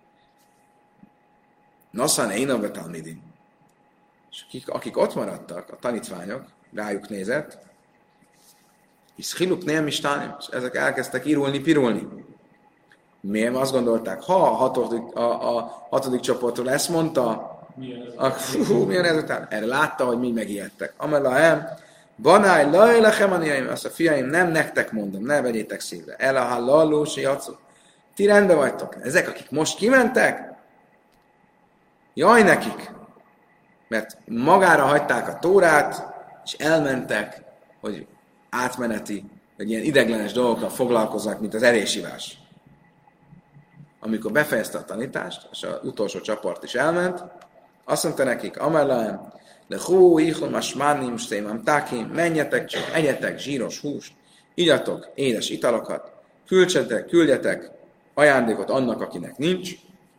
Noszan Eina Betalmidin. És akik, akik ott maradtak, a tanítványok, rájuk nézett, és Hiluk nem is tánim, és ezek elkezdtek írulni, pirulni. Miért azt gondolták, ha a hatodik, a, a hatodik csoportról ezt mondta, a, hú, milyen ezután? Erre látta, hogy mi megijedtek. Amelahem, banáj, lajlechem aniaim, azt a fiaim, nem nektek mondom, ne vegyétek szívre. El a hallalló, se játszó. Ti rendben vagytok. Ezek, akik most kimentek, jaj nekik, mert magára hagyták a Tórát, és elmentek, hogy átmeneti, vagy ilyen ideglenes dolgokkal foglalkoznak, mint az erésivás. Amikor befejezte a tanítást, és az utolsó csoport is elment, azt mondta nekik, Amelem, de hú, ihom, asmánim, stémám, tákim, menjetek csak, egyetek zsíros húst, igyatok édes italokat, küldjetek, küldjetek ajándékot annak, akinek nincs,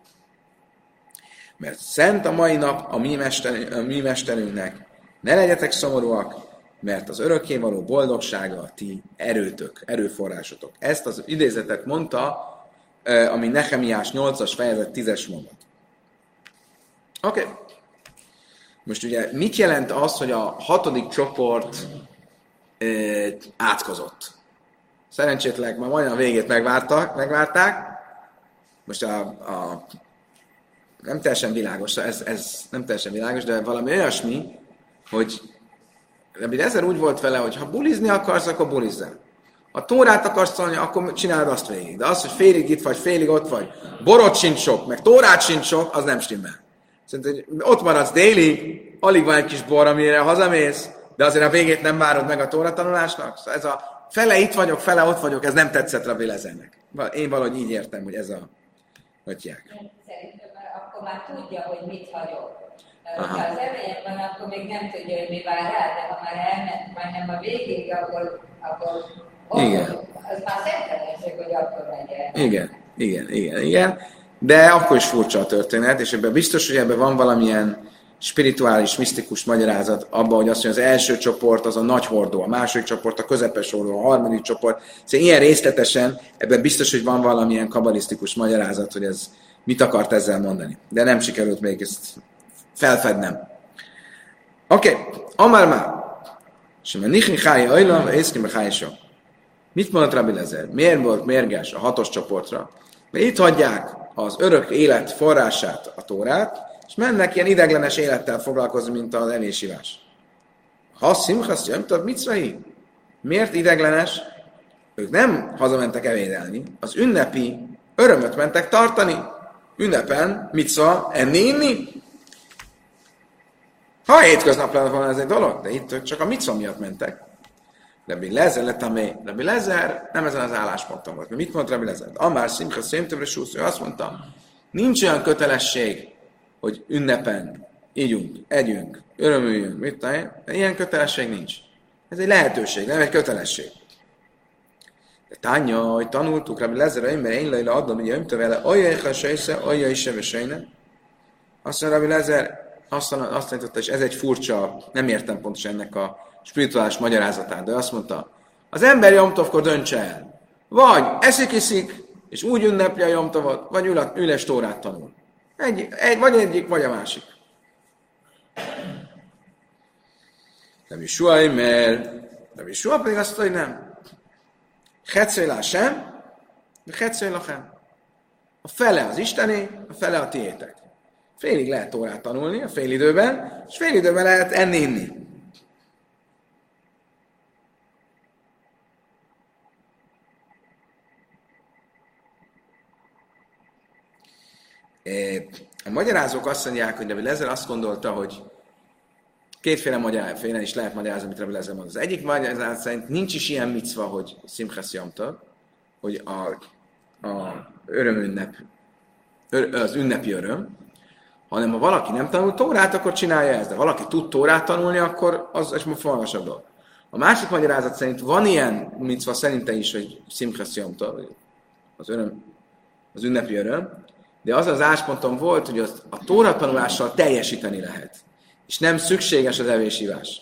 mert szent a mai nap a mi, mester, a mi mesterünknek, ne legyetek szomorúak, mert az örökkévaló boldogsága a ti erőtök, erőforrásotok. Ezt az idézetet mondta, ami Nehemiás nyolcas fejezet tízes mondat. Oké. Okay. Most ugye mit jelent az, hogy a hatodik csoport eh, átkozott? Szerencsétleg már majdnem a végét megvártak, megvárták. Most a, a nem teljesen világos, ez, ez nem teljesen világos, de valami olyasmi, hogy Rabbi Ezer úgy volt vele, hogy ha bulizni akarsz, akkor bulizzál. Ha Tórát akarsz tanulni, akkor csináld azt végig. De az, hogy félig itt vagy, félig ott vagy, borot sincs sok, meg Tórát sincs sok, az nem stimmel. Szerintem, hogy ott maradsz délig, alig van egy kis bor, amire hazamész, de azért a végét nem várod meg a Tóra tanulásnak. Szóval ez a fele itt vagyok, fele ott vagyok, ez nem tetszett Rabbi Ezernek. Én valahogy így értem, hogy ez a hagyják. Szerintem akkor már tudja, hogy mit hagyok. Aha. Ha az elején van, akkor még nem tudja, hogy mi vár rá, de ha már elment, majdnem a végéig, akkor, akkor igen. Az már szentelenség, hogy akkor megy el. Igen, igen, igen, igen. De akkor is furcsa a történet, és ebben biztos, hogy ebben van valamilyen spirituális, misztikus magyarázat abban, hogy azt mondja, az első csoport az a nagy hordó, a második csoport a közepes hordó, a harmadik csoport. Szóval ilyen részletesen, ebben biztos, hogy van valamilyen kabalisztikus magyarázat, hogy ez mit akart ezzel mondani. De nem sikerült még ezt felfednem. Oké, okay. Amar már. És mert nichni chája ajlam, észki me chája so. Mit mondott Rabbi Ezer? Miért volt mérges a hatos csoportra? Mert itt hagyják az örök élet forrását, a Tórát, és mennek ilyen ideglenes élettel foglalkozni, mint az evésivás. Ha szimchasz, nem tudod, mit szvahi? Miért ideglenes? Ők nem hazamentek evédelni, az ünnepi örömöt mentek tartani. Ünnepen, mit szól? Enni, inni? Ha hétköznap lenne volna ez egy dolog, de itt csak a micva miatt mentek. Rabbi Lezer lett a mély. Rabbi Lezer nem ezen az állásponton volt. Mit mondta Rabbi Lezer? Amár szimcha szémtövre súsz, ő azt mondta, nincs olyan kötelesség, hogy ünnepen ígyunk, együnk, örömüljünk, mit tudom, ilyen kötelesség nincs. Ez egy lehetőség, nem egy kötelesség. De tánya, hogy tanultuk Rabbi Lezer, mert én leila adom, hogy ömtő vele, ajja is a sejsze, ajja is sebesejne. Azt mondja Rabbi Lezer, azt tanította, és ez egy furcsa, nem értem pontosan ennek a spirituális magyarázatát, de azt mondta, az ember Jomtovkor döntse el. Vagy eszik-iszik, és úgy ünnepli a Jomtovot, vagy ül, üles Tórát tanul. Egy, egy, vagy egyik, vagy a másik. Nem is suaj, mert nem is suaj, pedig azt mondta, hogy nem. Hetszőlá sem, de hetszőlá sem. A fele az Istené, a fele a tiétek. Félig lehet Tórát tanulni a félidőben, és félidőben lehet enni-inni. A magyarázók azt mondják, hogy Rabbi Lezer azt gondolta, hogy kétféle magyarázat is lehet magyarázni, amit Rabbi Lezer mond. Az egyik magyarázat szerint nincs is ilyen micva, hogy Simchas Yom Tov, hogy a, a örömünnep, az ünnepi öröm, hanem ha valaki nem tanul Tórát, akkor csinálja ezt. De valaki tud Tórát tanulni, akkor az egy fontosabb dolog. A másik magyarázat szerint van ilyen micva szerinte is, hogy Simchas Yom Tov, az öröm, az ünnepi öröm, de az az ásponton volt, hogy az, a Tóra tanulással teljesíteni lehet. És nem szükséges az evésívás.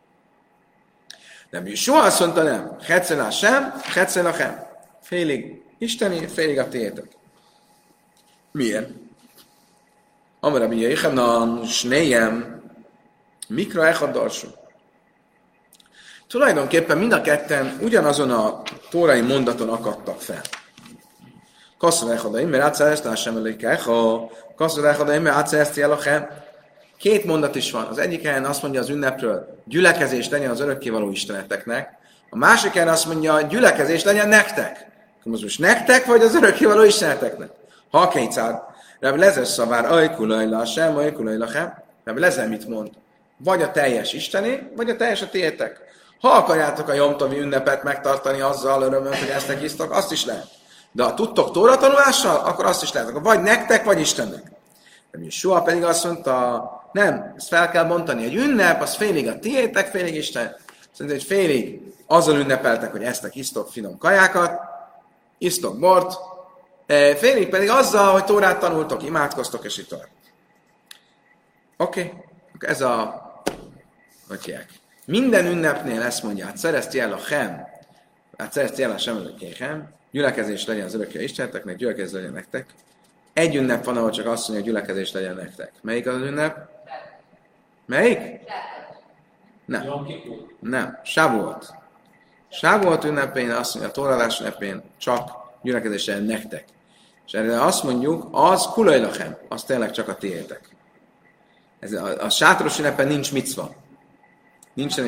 Nem is soha azt mondta, nem. Hetszela sem, hetszela sem. Félig isteni, félig a tiétek. Miért? Amara mi jöjjön, snéjem, mikra echad darsú. Tulajdonképpen mind a ketten ugyanazon a tórai mondaton akadtak fel. Kasszor echadaim, mert átszerezte sem előkecha, kasszor echadaim, mert átszerezte elachem. Két mondat is van. Az egyik helyen azt mondja az ünnepről, gyülekezés legyen az örökkévaló isteneteknek. A másik helyen azt mondja, gyülekezés legyen nektek. Most nektek, vagy az örökkévaló isteneteknek? Ha kétszád. Rabbi Lezer szavár, ajkulajla sem, ajkulajla sem. Rabbi Lezer mit mond? Vagy a teljes istené, vagy a teljes a tiétek. Ha akarjátok a Jomtovi ünnepet megtartani azzal örömön, hogy ezt isztok, azt is lehet. De ha tudtok Tóra tanulással, akkor azt is lehet. Vagy nektek, vagy Istennek. Nem is soha pedig azt mondta, nem, ezt fel kell mondani. Egy ünnep, az félig a tiétek, félig Isten. Szerintem, hogy félig azzal ünnepeltek, hogy esztek, isztok finom kajákat, isztok bort, félig pedig azzal, hogy Tórát tanultok, imádkoztok, és itt Oké, okay. Ez a... Hogy hívják? Minden ünnepnél ezt mondja, hát szerezti el a chem, hát szerezti el a sem előkéhem, gyülekezés legyen az örökké isteneteknek, gyülekezés legyen nektek. Egy ünnep van, ahol csak azt mondja, hogy gyülekezés legyen nektek. Melyik az ünnep? Melyik? Nem. Nem. Sávuot. Sávuot ünnepén azt mondja, a tóralás ünnepén csak gyülekezés legyen nektek. És erre azt mondjuk, az kulajlachem, az tényleg csak a tiétek. Ez a, a sátoros ünnepen nincs micva. Nincsen...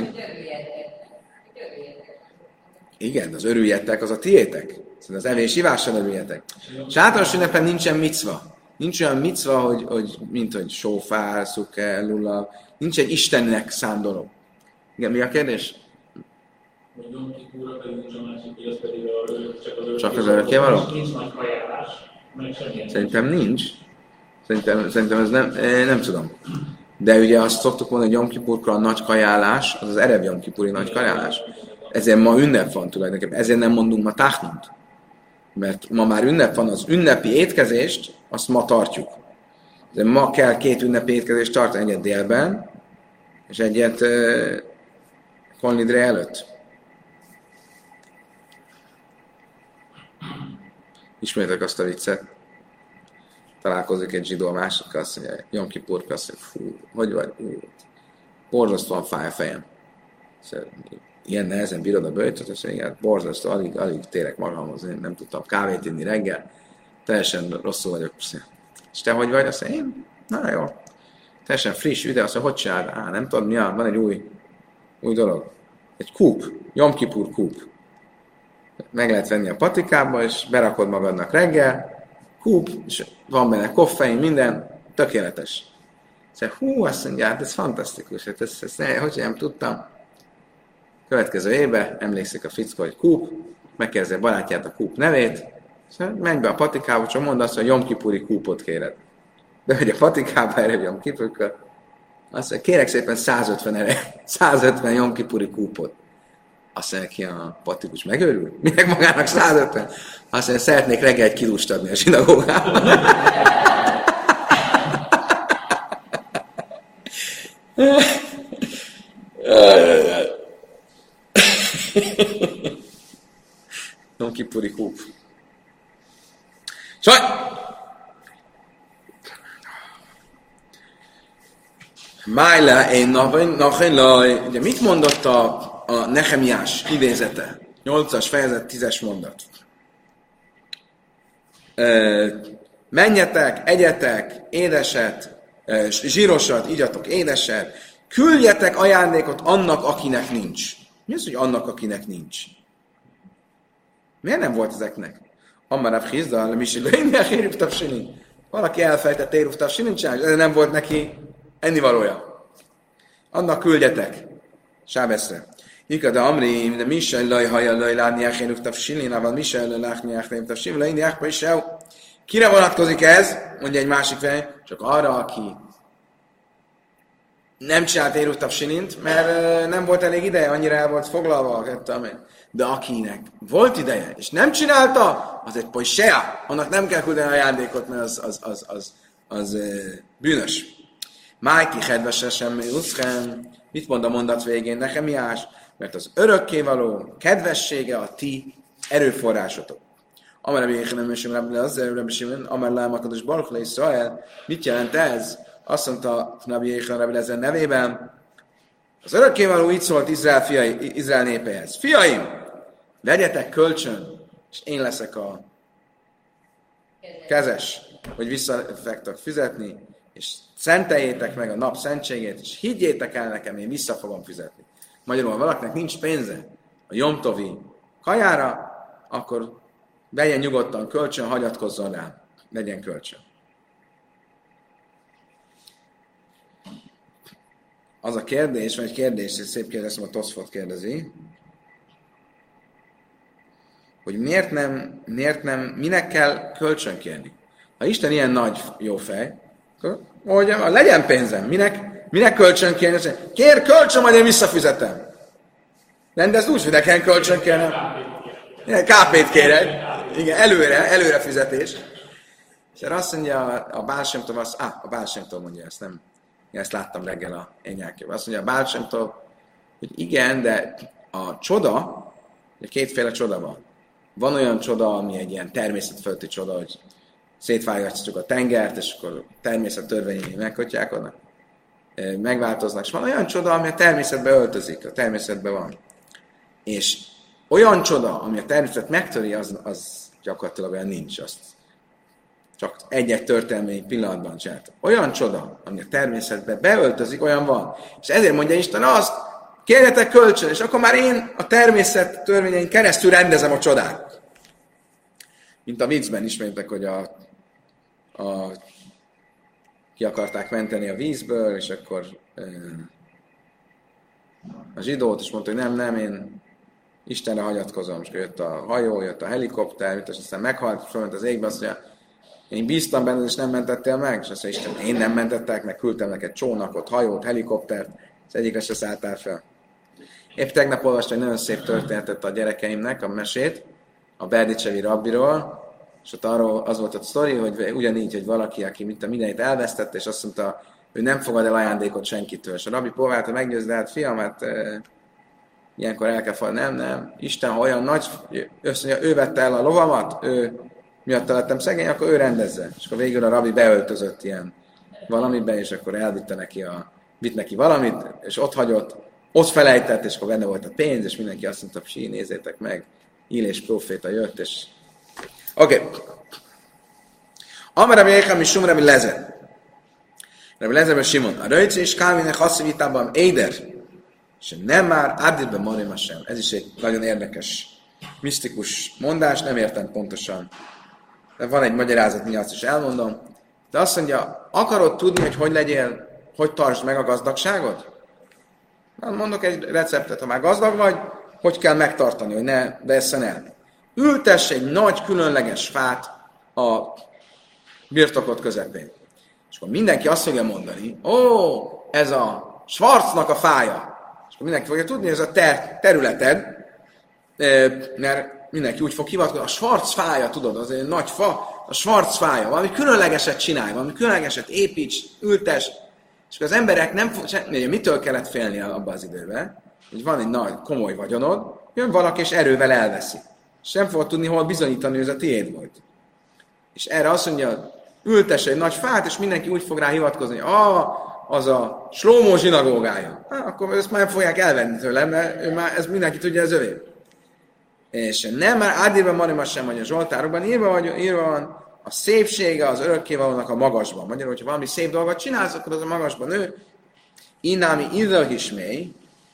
Igen, az örüljetek, az a tiétek. Az evés ivással örüljetek. Sátoros ünnepen nincsen micva. Nincs olyan micva, hogy, hogy mint hogy sófár, szuke, lulla. Nincs egy Istennek szánt dolog. Igen, mi a kérdés? Hogy Jom Kipurra pedig nincs a másik, hogy az pedig a, csak az Csak az örökkévaló? Nincs nagy kajálás, meg semmilyen. Szerintem nincs. Szerintem, szerintem ez nem, nem tudom. De ugye azt szoktuk mondani, hogy Jom Kipurkra a nagy kajálás, az az erev Jom Kipuri nagy kajálás. Ezért ma ünnep van tulajdonképpen. Ezért nem mondunk ma táhnont. Mert ma már ünnep van, az ünnepi étkezést, azt ma tartjuk. De ma kell két ünnepi étkezést tartani, egyet délben, és egyet uh, Kolnidre előtt. Ismétek azt a viccet. Találkozik egy zsidó a másikkal, azt mondja, Jom Kipurka, azt mondja, fú, hogy vagy? Borzasztóan fáj a fejem. Szóval, ilyen nehezen bírod a böjtöt, azt mondja, igen, borzasztó, alig, alig térek magamhoz, én nem tudtam kávét inni reggel, teljesen rosszul vagyok. És te hogy vagy? Azt mondja, én? Na jó. Teljesen friss, üde, azt mondja, hogy csinálod? Á, nem tudod, mi van egy új, új dolog. Egy kúp, Jom Kipur kúp. Meg lehet venni a patikába, és berakod magadnak reggel, kúp, és van benne koffein, minden, tökéletes. Szóval, hú, azt mondja, hát ez fantasztikus, hát ezt, ezt ne, hogy nem tudtam. Következő évben emlékszik a fickó, hogy kúp, megkérdezi a barátját a kúp nevét, szóval menj be a patikába, csak mondd azt, hogy Jom Kipuri kúpot kéred. Bemegy a patikába, erre Jom Kipurkör, azt mondja, kérek szépen százötven, erre, százötven Jom Kipuri kúpot. Azt mondja ki a patikus, megőrül? Minek magának százötven? Azt mondja, szeretnék reggel egy kilust adni a zsinagógában. Jom Kipuri kúp. Saj! Májle, én nachén laj. Ugye mit mondott a, a Nehemiás idézete? nyolcas fejezet, tízes mondat. E, menjetek, egyetek, édeset, e, zsírosat, igyatok édeset, küldjetek ajándékot annak, akinek nincs. Mi az, hogy annak, akinek nincs? Miért nem volt ezeknek? Amarabb Hizda, mi is így, valaki elfejtett Éruf Tafsinin csinálni, de nem volt neki ennivalója. Annak küldjetek. Sábeszre. Ika de Amri, de mi is laj hajjal laj látni Éruf Tafsinin, ával mi is laj látni Éruf Tafsinin, laj látni is el. Kire vonatkozik ez? Mondja egy másik fej, csak arra, aki nem csinált Éruf Tafsinint, mert nem volt elég ideje, annyira el volt foglalva. De akinek volt ideje, és nem csinálta, az egy poisea, annak nem kell küldeni ajándékot, mert az, az, az, az, az, az bűnös. Májki kedvese semmi uszken, mit mond a mondat végén Nehemiás? Mert az örökkévaló kedvessége a ti erőforrásotok. Amar Rabbi Jéhanan Mesém Rabbi Lezer, Rabbi Simon, Amar Lámakados Baruch le Israel. Mit jelent ez? Azt mondta Rabbi Jéhanan Rabbi Lezer nevében, az örökkévaló így szólt Izrael, fiai, Izrael népéhez. Fiaim, vegyetek kölcsön, és én leszek a kezes, hogy visszafektek fizetni, és szenteljétek meg a nap szentségét, és higgyétek el nekem, én vissza fogom fizetni. Magyarul, ha valakinek nincs pénze a jomtovi kajára, akkor vegyen nyugodtan kölcsön, hagyatkozzon rá, legyen kölcsön. Az a kérdés, vagy kérdés, és szép kérdés, a Toszfot kérdezi, hogy miért nem, miért nem, minek kell kölcsön kérni. Ha Isten ilyen nagy jó fej, akkor mondjam, legyen pénzem, minek, minek kölcsön kérni? Kér kölcsön, majd én visszafizetem. Rendezd úgy, hogy nekem kölcsön kérnem. ká pét kérek. Igen, előre, előre fizetés. És erre azt mondja a Baál Sem Tov, azt, ah, a Baál Sem Tov mondja ezt, nem, én ezt láttam reggel a enyákjában. Azt mondja a Baál Sem Tov, hogy igen, de a csoda, kétféle csoda van. Van olyan csoda, ami egy ilyen természetfölti csoda, hogy szétvágatjuk a tengert, és akkor természet törvényei megkötják, megváltoznak. És van olyan csoda, ami a természetbe öltözik, a természetben van. És olyan csoda, ami a természet megtöri, az, az gyakorlatilag olyan nincs. Azt csak egy-egy történelmi pillanatban csinált. Olyan csoda, ami a természetbe beöltözik, olyan van. És ezért mondja Isten azt, kérjetek kölcsön, és akkor már én a természet törvényein keresztül rendezem a csodát. Mint a viccben ismertek, hogy a, a, ki akarták menteni a vízből, és akkor e, a zsidót is mondta, hogy nem, nem, én Istenre hagyatkozom. És jött a hajó, jött a helikopter, és aztán meghalt, és felment az égbe, azt mondja, én bíztam benned, és nem mentettél meg? És azt mondja, Isten, én nem mentettek meg, küldtem neked csónakot, hajót, helikoptert, az egyikre se szálltál fel. Épp tegnap olvastam egy nagyon szép történetet a gyerekeimnek, a mesét, a Berdicsevi rabbiról, és ott arról az volt a sztori, hogy ugyanígy, hogy valaki, aki mint a mindenit elvesztette, és azt mondta, hogy nem fogad el ajándékot senkitől. És a rabbi próbálta meggyőzni, de hát fiam, hát e, ilyenkor el kell falni. Nem, nem, Isten, ha olyan nagy, azt mondja, ő vette el a lovamat, ő miatt lettem szegény, akkor ő rendezze. És akkor végül a rabbi beöltözött ilyen valamibe, és akkor elvitte neki, a, vitt neki valamit, és ott hagyott, ott felejtett, és akkor benne volt a pénz, és mindenki azt mondta, sí, nézzétek meg, Illés próféta jött, és... Oké. Okay. Amar Rabbi Yecham és Sum Rabbi Lezer. Rabbi Lezer és Simon. A röjtsz és Kálvinek hasszivitában éder, és nem már Adirbe Marim Hashem. Ez is egy nagyon érdekes, misztikus mondás, nem értem pontosan. De van egy magyarázat, mi azt is elmondom. De azt mondja, akarod tudni, hogy hogy legyél, hogy tartsd meg a gazdagságot? Mondok egy receptet, ha már gazdag vagy, hogy kell megtartani, hogy ne vesszen el. Ültess egy nagy, különleges fát a birtokod közepén. És akkor mindenki azt fogja mondani, ó, ez a Schwarznak a fája. És akkor mindenki fogja tudni, hogy ez a te területed, mert mindenki úgy fog hivatkozni, a Schwarz fája, tudod, az egy nagy fa, a Schwarz fája, valami különlegeset csinálj, valami különlegeset építs, ültess. És akkor az emberek nem fog, mitől kellett félni abban az időben, hogy van egy nagy, komoly vagyonod, jön valaki és erővel elveszi. És nem fogod tudni, hol bizonyítani, hogy ez a tiéd volt. És erre azt mondja, ültesse egy nagy fát, és mindenki úgy fog rá hivatkozni, hogy ah, az a Slómó zsinagógája. Ah, akkor ezt már fogják elvenni tőlem, mert ő már, ez mindenki tudja, ez övé. És nem már Ádirben Marima sem, hogy a Zsoltárokban írva, vagy, írva van, a szépsége az örökkévalónak a magasban. Magyarul, hogyha valami szép dolgot csinálsz, akkor az a magasban nő. Inámi idra ismély,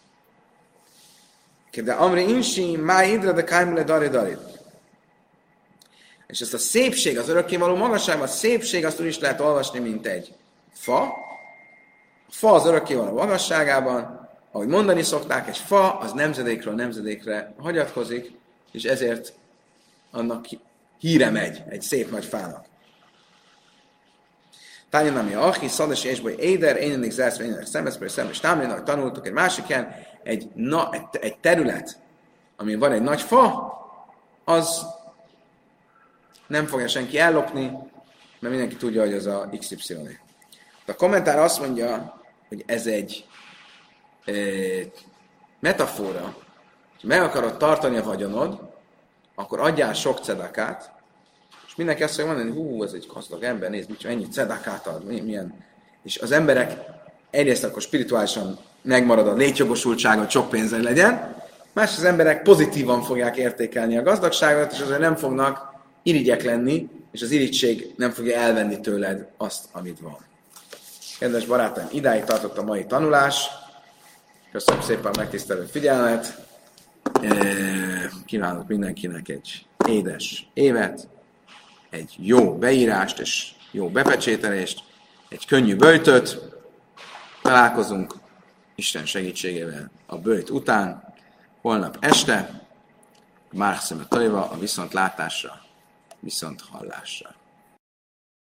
de amri insi, má idra, de kájmule dari dari. És ezt a szépség, az örökkévaló magasságban, a szépség azt úgy is lehet olvasni, mint egy fa. A fa az örökkévaló magasságában, ahogy mondani szokták, egy fa az nemzedékről nemzedékre hagyatkozik, és ezért annak híre megy, egy szép nagy fának. Tányan, ami a achi, szadas és boly éder, énenik zárszva, énenik szembeszpő, szembes támlén, ahogy tanultuk egy másik helyen, egy, na, egy, egy terület, amin van egy nagy fa, az nem fogja senki ellopni, mert mindenki tudja, hogy az a iksz ipszilon. A kommentár azt mondja, hogy ez egy e, metafora, hogy meg akarod tartani a vagyonod, akkor adjál sok cedakát, és mindenki azt fogja mondani, hú, ez egy gazdag ember, nézd, mit ennyi cedakát ad, milyen. És az emberek egyrészt akkor spirituálisan megmarad a létjogosultsága, hogy sok pénze legyen, más az emberek pozitívan fogják értékelni a gazdagságot, és azért nem fognak irigyek lenni, és az irigység nem fogja elvenni tőled azt, amit van. Kedves barátaim, idáig tartott a mai tanulás. Köszönöm szépen a megtisztelő figyelmet. Kívánok mindenkinek egy édes évet, egy jó beírást és jó bepecsételést, egy könnyű böjtöt. Találkozunk Isten segítségével a böjt után, holnap este, Márk Szeme Tajva, a viszontlátásra, viszont hallásra.